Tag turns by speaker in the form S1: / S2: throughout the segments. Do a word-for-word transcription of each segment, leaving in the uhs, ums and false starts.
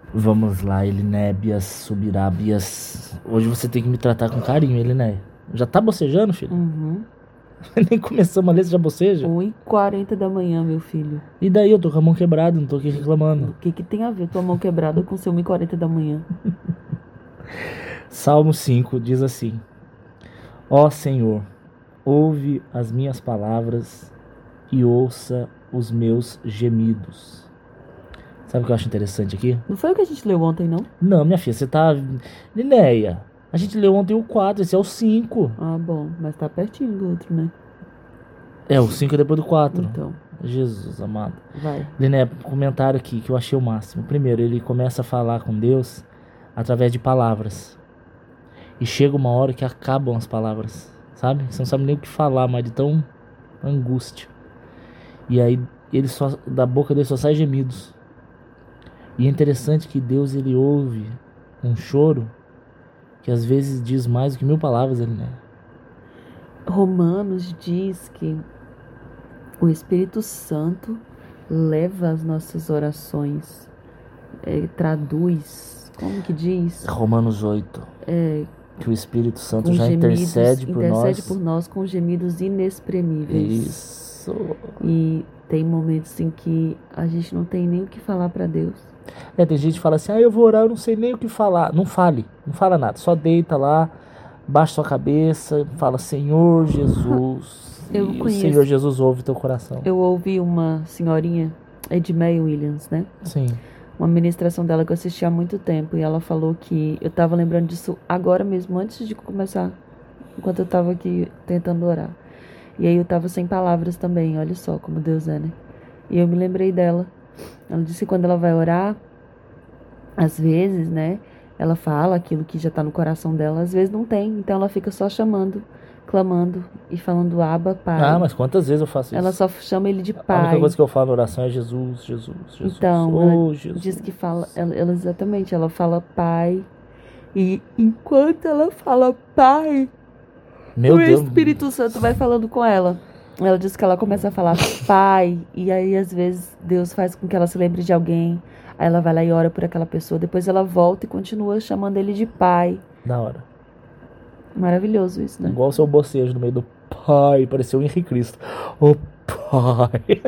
S1: Vamos lá, Elinébias, Subirábias. Hoje você tem que me tratar com carinho, Eliné. Já tá bocejando, filho?
S2: Uhum.
S1: Nem começamos a ler, você já boceja?
S2: um e quarenta da manhã, meu filho.
S1: E daí, eu tô com a mão quebrada, não tô aqui reclamando.
S2: O que que tem a ver tua mão quebrada com seu um e quarenta da manhã?
S1: Salmo cinco diz assim: Ó Senhor, ouve as minhas palavras e ouça os meus gemidos. Sabe o que eu acho interessante aqui?
S2: Não foi o que a gente leu ontem, não?
S1: Não, minha filha, você tá... Linéia, a gente leu ontem o quatro, esse é o cinco.
S2: Ah, bom. Mas tá pertinho do outro, né?
S1: É, o cinco é depois do quatro.
S2: Então,
S1: Jesus amado.
S2: vai.
S1: Liné, comentário aqui que eu achei o máximo. Primeiro, ele começa a falar com Deus através de palavras. E chega uma hora que acabam as palavras, sabe? Você não sabe nem o que falar, mas de tão angústia. E aí, ele só, da boca dele só sai gemidos. E é interessante que Deus, ele ouve um choro que às vezes diz mais do que mil palavras, ele, né?
S2: Romanos diz que o Espírito Santo leva as nossas orações, é, traduz, como que diz?
S1: Romanos oito.
S2: É,
S1: que o Espírito Santo
S2: com
S1: já
S2: gemidos,
S1: intercede por
S2: intercede
S1: nós.
S2: por nós com gemidos inexprimíveis.
S1: Isso.
S2: E tem momentos em que a gente não tem nem o que falar para Deus.
S1: É, tem gente que fala assim, ah, eu vou orar, eu não sei nem o que falar. Não fale, não fala nada, só deita lá, baixa sua cabeça, fala, Senhor Jesus.
S2: Eu
S1: e
S2: conheço.
S1: o Senhor Jesus ouve teu coração.
S2: Eu ouvi uma senhorinha, Edmeia Williams, né?
S1: Sim.
S2: Uma ministração dela que eu assisti há muito tempo. E ela falou que... Eu tava lembrando disso agora mesmo, antes de começar. Enquanto eu tava aqui tentando orar. E aí eu tava sem palavras também. Olha só como Deus é, né? E eu me lembrei dela. Ela disse que quando ela vai orar, às vezes, né? Ela fala aquilo que já tá no coração dela. Às vezes não tem. Então ela fica só chamando, clamando e falando Abba, Pai.
S1: Ah, mas quantas vezes eu faço isso?
S2: Ela só chama ele de Pai.
S1: A única coisa que eu falo na oração é Jesus, Jesus, Jesus.
S2: Então,
S1: oh,
S2: ela
S1: Jesus.
S2: diz que fala, ela, ela exatamente, ela fala Pai. E enquanto ela fala Pai,
S1: Meu
S2: o
S1: Deus.
S2: Espírito Santo vai falando com ela. Ela diz que ela começa a falar Pai. E aí, às vezes, Deus faz com que ela se lembre de alguém. Aí ela vai lá e ora por aquela pessoa. Depois ela volta e continua chamando ele de Pai.
S1: Da hora.
S2: Maravilhoso isso, né?
S1: Igual o seu bocejo no meio do Pai. Pareceu o Henrique Cristo. Ô Pai.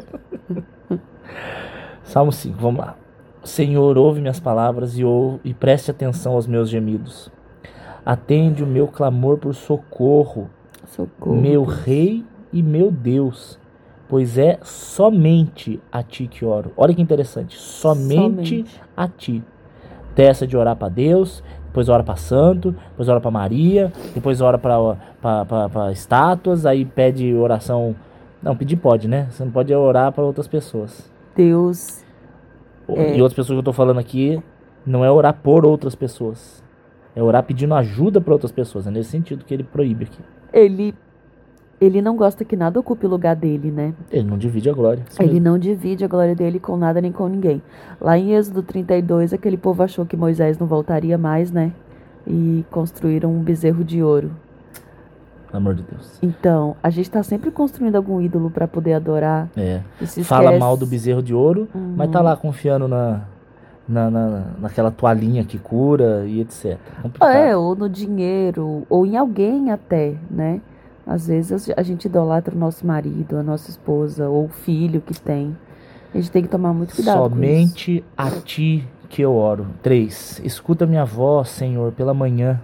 S1: Salmo cinco, vamos lá. Senhor, ouve minhas palavras e, ouve, e preste atenção aos meus gemidos. Atende o meu clamor por socorro.
S2: Socorro.
S1: Meu
S2: Deus.
S1: Rei e meu Deus. Pois é somente a ti que oro. Olha que interessante. Somente, somente. a ti. Testa de orar para Deus, depois ora para santo, depois ora para Maria, depois ora para estátuas, aí pede oração. Não, pedir pode, né? Você não pode orar para outras pessoas.
S2: Deus.
S1: E
S2: é...
S1: outras pessoas que eu tô falando aqui, não é orar por outras pessoas. É orar pedindo ajuda para outras pessoas. É nesse sentido que ele proíbe aqui.
S2: Ele... Ele não gosta que nada ocupe o lugar dele, né?
S1: Ele não divide a glória.
S2: Ele mesmo. não divide a glória dele com nada nem com ninguém. Lá em Êxodo trinta e dois, aquele povo achou que Moisés não voltaria mais, né? E construíram um bezerro de ouro.
S1: Pelo amor de Deus.
S2: Então, a gente tá sempre construindo algum ídolo para poder adorar.
S1: É. Fala mal do bezerro de ouro, uhum. mas tá lá confiando na, na, na, naquela toalhinha que cura e etcétera. Complicado.
S2: É, ou no dinheiro, ou em alguém até, né? Às vezes a gente idolatra o nosso marido, a nossa esposa, ou o filho que tem. A gente tem que tomar muito cuidado com isso.
S1: Somente a ti que eu oro. três. Escuta minha voz, Senhor, pela manhã.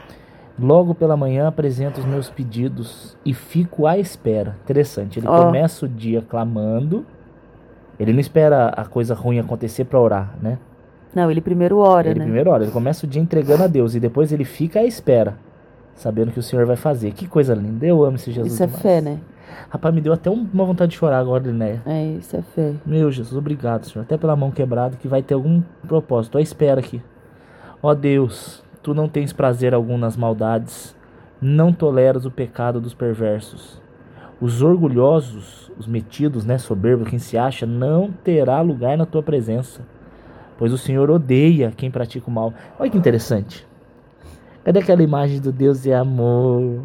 S1: Logo pela manhã apresento os meus pedidos e fico à espera. Interessante, ele oh. começa o dia clamando. Ele não espera a coisa ruim acontecer para orar, né?
S2: Não, ele primeiro ora,
S1: ele
S2: né?
S1: Ele primeiro ora, ele começa o dia entregando a Deus e depois ele fica à espera, sabendo que o Senhor vai fazer. Que coisa linda, eu amo esse Jesus
S2: Isso é
S1: demais.
S2: fé, né?
S1: Rapaz, me deu até uma vontade de chorar agora, Linéia.
S2: É, isso é fé.
S1: Meu Jesus, obrigado, Senhor. Até pela mão quebrada, que vai ter algum propósito. Tô à espera aqui. Ó Deus, tu não tens prazer algum nas maldades, não toleras o pecado dos perversos. Os orgulhosos, os metidos, né, soberbos, quem se acha, não terá lugar na tua presença, pois o Senhor odeia quem pratica o mal. Olha que interessante. Cadê aquela imagem do Deus é amor?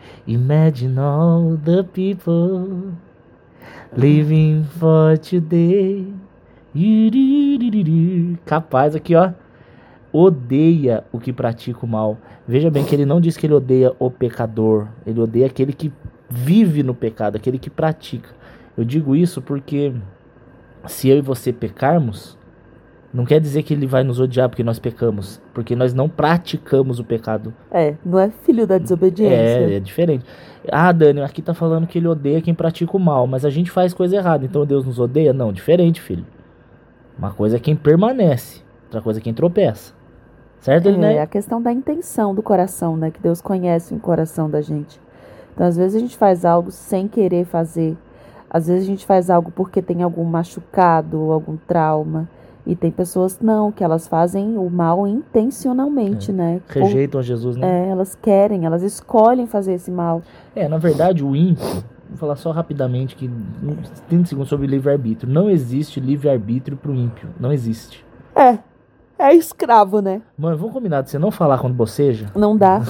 S1: Imagine all the people living for today. Iririri. Capaz aqui, ó. Odeia o que pratica o mal. Veja bem que ele não diz que ele odeia o pecador. Ele odeia aquele que vive no pecado, aquele que pratica. Eu digo isso porque se eu e você pecarmos, não quer dizer que ele vai nos odiar porque nós pecamos, porque nós não praticamos o pecado.
S2: É, não é filho da desobediência.
S1: É, é diferente. Ah, Dani, aqui tá falando que ele odeia quem pratica o mal, mas a gente faz coisa errada, então Deus nos odeia? Não, diferente, filho. Uma coisa é quem permanece, outra coisa é quem tropeça. Certo,
S2: É,
S1: né?
S2: a questão da intenção do coração, né? Que Deus conhece o coração da gente. Então, às vezes a gente faz algo sem querer fazer. Às vezes a gente faz algo porque tem algum machucado, algum trauma. E tem pessoas, não, que elas fazem o mal intencionalmente,
S1: É.
S2: né?
S1: Rejeitam a Jesus, né?
S2: É, elas querem, elas escolhem fazer esse mal.
S1: É, na verdade, o ímpio, vou falar só rapidamente, que trinta segundos sobre livre-arbítrio. Não existe livre-arbítrio pro ímpio. Não existe.
S2: É, é escravo, né?
S1: Mano, vamos combinar de você não falar quando boceja?
S2: Não dá.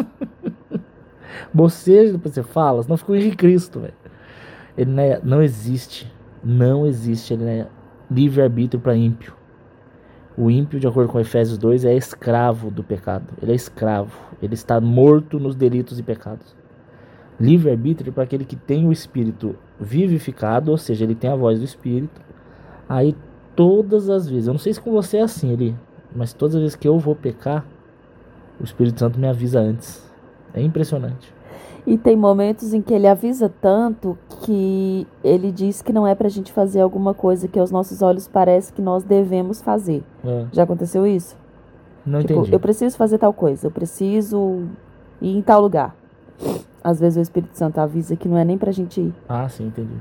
S1: Boceja, depois você fala, senão fica o Henrique Cristo, velho. Ele não, é, não existe. Não existe ele é livre-arbítrio para ímpio. O ímpio, de acordo com Efésios dois, é escravo do pecado. Ele é escravo. Ele está morto nos delitos e pecados. Livre-arbítrio é para aquele que tem o espírito vivificado, ou seja, ele tem a voz do espírito. Aí todas as vezes, eu não sei se com você é assim, ele, mas todas as vezes que eu vou pecar, o Espírito Santo me avisa antes. É impressionante.
S2: E tem momentos em que ele avisa tanto que ele diz que não é pra gente fazer alguma coisa que aos nossos olhos parece que nós devemos fazer.
S1: É.
S2: Já aconteceu isso?
S1: Não
S2: Tipo,
S1: entendi.
S2: eu preciso fazer tal coisa, eu preciso ir em tal lugar. Às vezes o Espírito Santo avisa que não é nem pra gente ir.
S1: Ah, sim, entendi.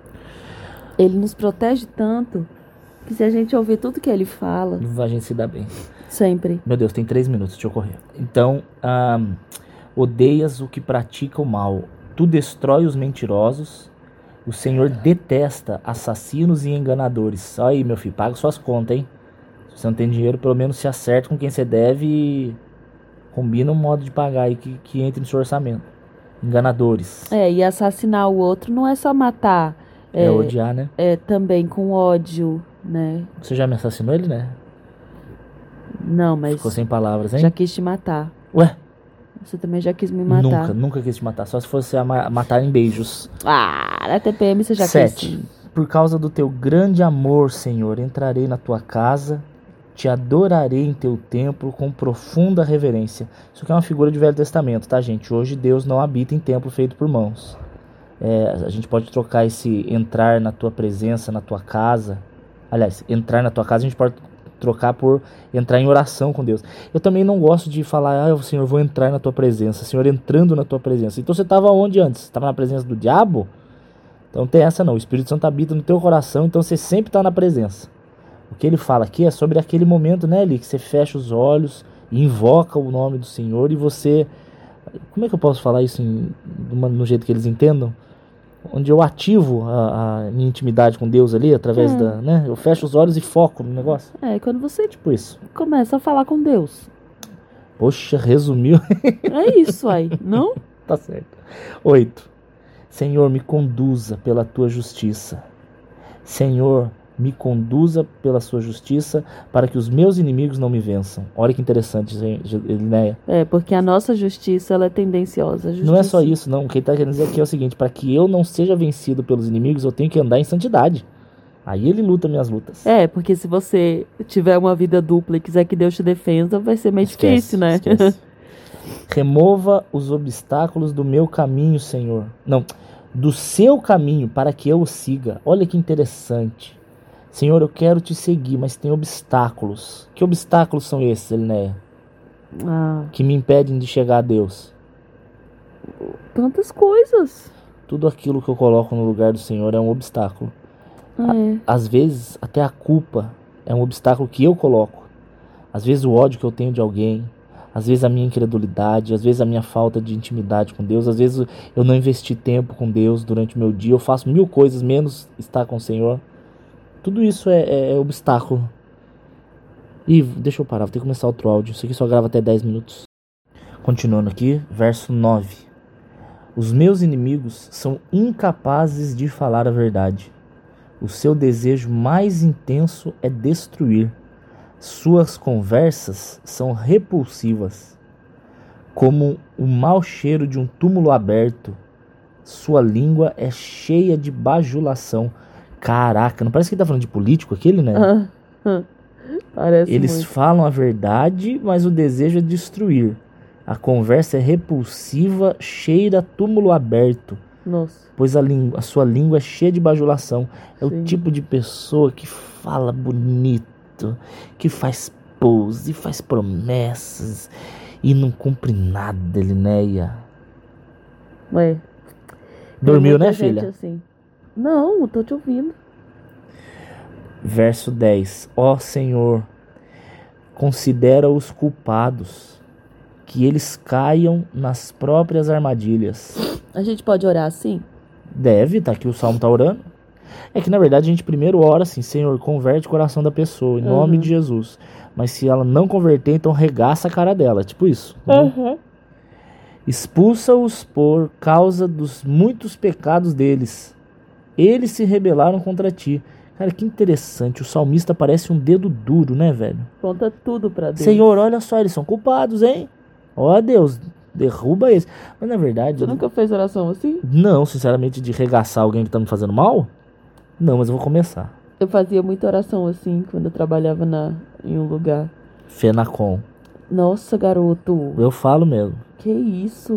S2: Ele nos protege tanto que se a gente ouvir tudo que ele fala,
S1: A gente se dá bem.
S2: sempre.
S1: Meu Deus, tem três minutos, deixa eu correr. Então, ah, odeias o que pratica o mal. Tu destrói os mentirosos. O Senhor detesta assassinos e enganadores. Olha aí, meu filho, paga suas contas, hein? Se você não tem dinheiro, pelo menos se acerta com quem você deve e combina um modo de pagar aí que, que entre no seu orçamento. Enganadores.
S2: É, e assassinar o outro não é só matar.
S1: É, é odiar, né?
S2: É também com ódio, né?
S1: Você já me assassinou ele, né?
S2: Não, mas
S1: Ficou sem palavras, hein?
S2: já quis te matar.
S1: Ué?
S2: Você também já quis me matar.
S1: Nunca, nunca quis te matar. Só se fosse a ma- matar em beijos.
S2: Ah, na T P M você já
S1: Sete.
S2: quis. sim.
S1: Por causa do teu grande amor, Senhor, entrarei na tua casa, te adorarei em teu templo com profunda reverência. Isso aqui é uma figura de Velho Testamento, tá, gente? Hoje Deus não habita em templo feito por mãos. É, a gente pode trocar esse entrar na tua presença, na tua casa. Aliás, entrar na tua casa a gente pode trocar por entrar em oração com Deus. Eu também não gosto de falar, ah, Senhor, vou entrar na tua presença. Senhor, entrando na tua presença. Então você estava onde antes? Estava na presença do diabo? Então não tem essa não. O Espírito Santo habita no teu coração, então você sempre está na presença. O que ele fala aqui é sobre aquele momento, né, ali, que você fecha os olhos e invoca o nome do Senhor e você... Como é que eu posso falar isso em, no jeito que eles entendam? Onde eu ativo a, a minha intimidade com Deus ali, através
S2: É.
S1: da... né? Eu fecho os olhos e foco no negócio.
S2: É, quando você
S1: Tipo isso.
S2: começa a falar com Deus.
S1: Poxa, resumiu.
S2: É isso aí, não?
S1: Tá certo. Oito. Senhor, me conduza pela tua justiça. Senhor, me conduza pela sua justiça para que os meus inimigos não me vençam. Olha que interessante, Elinéia.
S2: É, porque a nossa justiça, ela é tendenciosa. A
S1: Não é só
S2: justiça-
S1: isso, não. O que ele está querendo dizer aqui é o seguinte: para que eu não seja vencido pelos inimigos, eu tenho que andar em santidade. Aí ele luta minhas lutas.
S2: É, porque se você tiver uma vida dupla e quiser que Deus te defenda, vai ser meio
S1: Esquece,
S2: difícil, né?
S1: esquece. Remova os obstáculos do meu caminho, Senhor. Não, do seu caminho, para que eu o siga. Olha que interessante. Senhor, eu quero te seguir, mas tem obstáculos. Que obstáculos são esses, Elinéia?
S2: Ah,
S1: Que me impedem de chegar a Deus?
S2: tantas coisas.
S1: Tudo aquilo que eu coloco no lugar do Senhor é um obstáculo.
S2: É.
S1: Às vezes, até a culpa é um obstáculo que eu coloco. Às vezes, o ódio que eu tenho de alguém. Às vezes, a minha incredulidade. Às vezes, a minha falta de intimidade com Deus. Às vezes, eu não investi tempo com Deus durante o meu dia. Eu faço mil coisas, menos estar com o Senhor. Tudo isso é, é, é obstáculo. E deixa eu parar, vou ter que começar outro áudio. Isso aqui só grava até dez minutos. Continuando aqui, verso nove. Os meus inimigos são incapazes de falar a verdade. O seu desejo mais intenso é destruir. Suas conversas são repulsivas, como o mau cheiro de um túmulo aberto. Sua língua é cheia de bajulação. Caraca, não parece que ele tá falando de político aquele, né?
S2: Ah, ah, parece
S1: Eles
S2: muito.
S1: falam a verdade, mas o desejo é destruir. A conversa é repulsiva, cheira a túmulo aberto,
S2: Nossa,
S1: pois a, língua, a sua língua é cheia de bajulação. É
S2: sim.
S1: o tipo de pessoa que fala bonito, que faz pose, faz promessas e não cumpre nada, Elinéia.
S2: Ué, tem
S1: Dormiu,
S2: muita
S1: né,
S2: gente
S1: filha?
S2: assim. Não, eu tô te ouvindo.
S1: Verso dez. Ó Senhor, considera os culpados, que eles caiam nas próprias armadilhas.
S2: A gente pode orar assim?
S1: Deve, tá aqui o Salmo tá orando. É que na verdade a gente primeiro ora assim: Senhor, converte o coração da pessoa, em nome
S2: Uhum.
S1: de Jesus. Mas se ela não converter, então regaça a cara dela, tipo isso.
S2: Uhum.
S1: Expulsa-os por causa dos muitos pecados deles. Eles se rebelaram contra ti. Cara, que interessante. O salmista parece um dedo duro, né, velho?
S2: Conta tudo pra Deus.
S1: Senhor, olha só, eles são culpados, hein? Ó Deus, derruba eles. Mas na verdade...
S2: Você nunca fez oração assim?
S1: Não, sinceramente, de regaçar alguém que tá me fazendo mal? Não, mas eu vou começar.
S2: Eu fazia muita oração assim quando eu trabalhava na, em um lugar.
S1: Fenacom.
S2: Nossa, garoto.
S1: Eu falo mesmo.
S2: Que isso?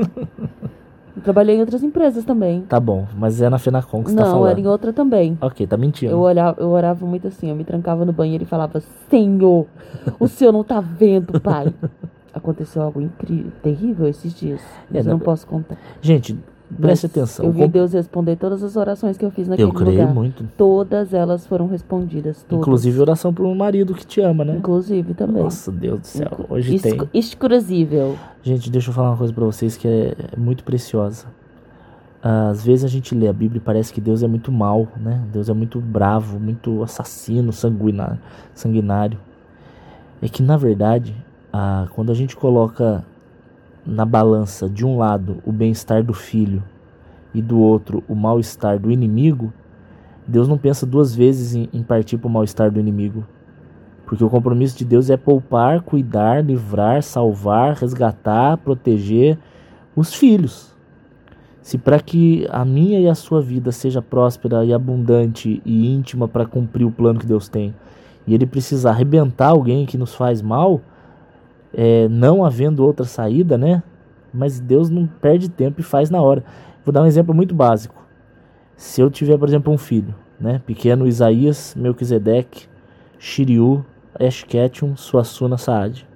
S2: Eu trabalhei em outras empresas também.
S1: Tá bom, mas é na Fenacom que você tá
S2: Não,
S1: falando.
S2: era em outra também.
S1: Ok, tá mentindo.
S2: Eu olhava, eu orava muito assim, eu me trancava no banheiro e falava: Senhor, o senhor não tá vendo, pai. Aconteceu algo incrível, terrível esses dias. Mas
S1: É,
S2: eu não
S1: não-
S2: posso contar.
S1: Gente, preste
S2: Mas
S1: atenção.
S2: Eu vi
S1: Com-
S2: Deus responder todas as orações que eu fiz naquele
S1: Eu creio
S2: lugar.
S1: muito.
S2: Todas elas foram respondidas. Todas.
S1: Inclusive oração por um marido que te ama, né?
S2: Inclusive também.
S1: Nossa, Deus do céu.
S2: Inclu-
S1: Hoje
S2: Ex-
S1: tem.
S2: Exclusível.
S1: Gente, deixa eu falar uma coisa pra vocês que é, é muito preciosa. Às vezes a gente lê a Bíblia e parece que Deus é muito mau, né? Deus é muito bravo, muito assassino, sanguinário. sanguinário. É que, na verdade, ah, quando a gente coloca na balança, de um lado, o bem-estar do filho e do outro, o mal-estar do inimigo, Deus não pensa duas vezes em, em partir para o mal-estar do inimigo. Porque o compromisso de Deus é poupar, cuidar, livrar, salvar, resgatar, proteger os filhos. Se para que a minha e a sua vida seja próspera e abundante e íntima para cumprir o plano que Deus tem, e ele precisar arrebentar alguém que nos faz mal, é, não havendo outra saída, né? Mas Deus não perde tempo e faz na hora. Vou dar um exemplo muito básico. Se eu tiver, por exemplo, um filho, né? Pequeno Isaías, Melquisedeque, Shiriu, Eshketium, Suassuna, Saad.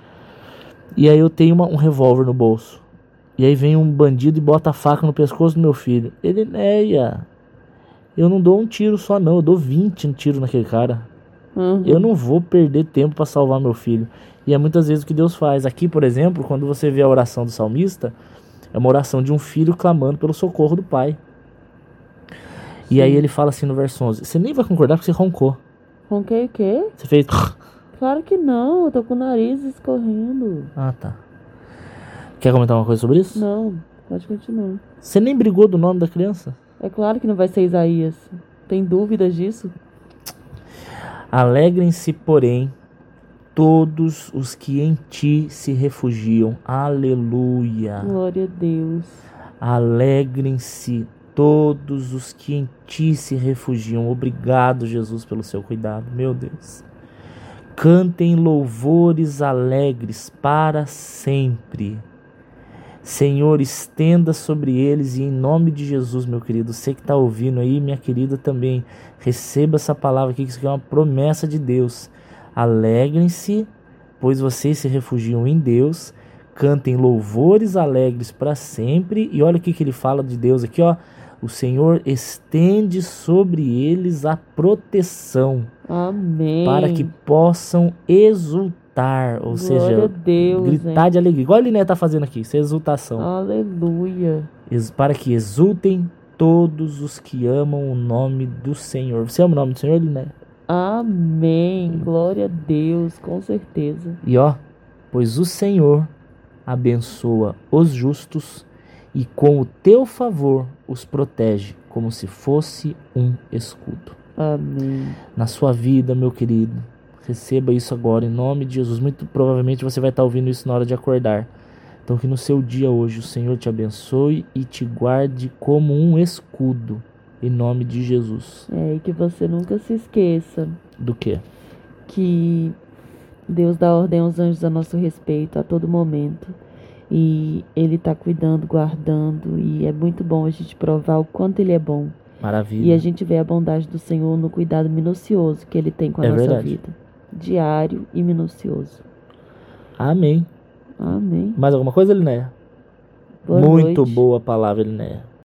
S1: E aí eu tenho uma, um revólver no bolso. E aí vem um bandido e bota a faca no pescoço do meu filho. Elinéia, eu não dou um tiro só não, eu dou vinte tiros naquele cara.
S2: Uhum.
S1: Eu não vou perder tempo para salvar meu filho. E é muitas vezes o que Deus faz. Aqui, por exemplo, quando você vê a oração do salmista, é uma oração de um filho clamando pelo socorro do pai. E
S2: Sim.
S1: aí ele fala assim no verso onze. Você nem vai concordar porque você roncou.
S2: Ronquei o quê?
S1: Você fez...
S2: Claro que não, eu tô com o nariz escorrendo.
S1: Ah, tá. Quer comentar uma coisa sobre isso?
S2: Não, pode continuar.
S1: Você nem brigou do nome da criança?
S2: É claro que não vai ser Isaías. Tem dúvidas disso?
S1: Alegrem-se, porém, todos os que em ti se refugiam. Aleluia.
S2: Glória a Deus.
S1: Alegrem-se todos os que em ti se refugiam. Obrigado, Jesus, pelo seu cuidado. Meu Deus. Cantem louvores alegres para sempre. Senhor, estenda sobre eles e em nome de Jesus, meu querido, você que está ouvindo aí, minha querida também, receba essa palavra aqui, que isso aqui é uma promessa de Deus. Alegrem-se, pois vocês se refugiam em Deus, cantem louvores alegres para sempre, e olha o que, que ele fala de Deus aqui, ó, o Senhor estende sobre eles a proteção,
S2: Amém.
S1: para que possam exultar, ou
S2: Glória
S1: seja,
S2: a Deus,
S1: gritar
S2: hein?
S1: de alegria, igual a Liné está fazendo aqui, isso é exultação.
S2: Aleluia.
S1: Ex- para que exultem todos os que amam o nome do Senhor. Você ama o nome do Senhor, Liné?
S2: Amém. Glória a Deus, com certeza.
S1: E ó, pois o Senhor abençoa os justos e com o teu favor os protege como se fosse um escudo.
S2: Amém.
S1: Na sua vida, meu querido, receba isso agora em nome de Jesus. Muito provavelmente você vai estar ouvindo isso na hora de acordar. Então que no seu dia hoje o Senhor te abençoe e te guarde como um escudo, em nome de Jesus.
S2: É, e que você nunca se esqueça
S1: Do quê?
S2: que Deus dá ordem aos anjos a nosso respeito a todo momento. E Ele está cuidando, guardando. E é muito bom a gente provar o quanto Ele é bom.
S1: Maravilha.
S2: E a gente vê a bondade do Senhor no cuidado minucioso que Ele tem com a
S1: É
S2: nossa
S1: verdade.
S2: vida. Diário e minucioso.
S1: Amém.
S2: Amém.
S1: Mais alguma coisa, Linéia?
S2: Boa
S1: Muito
S2: noite.
S1: boa palavra, Linéia.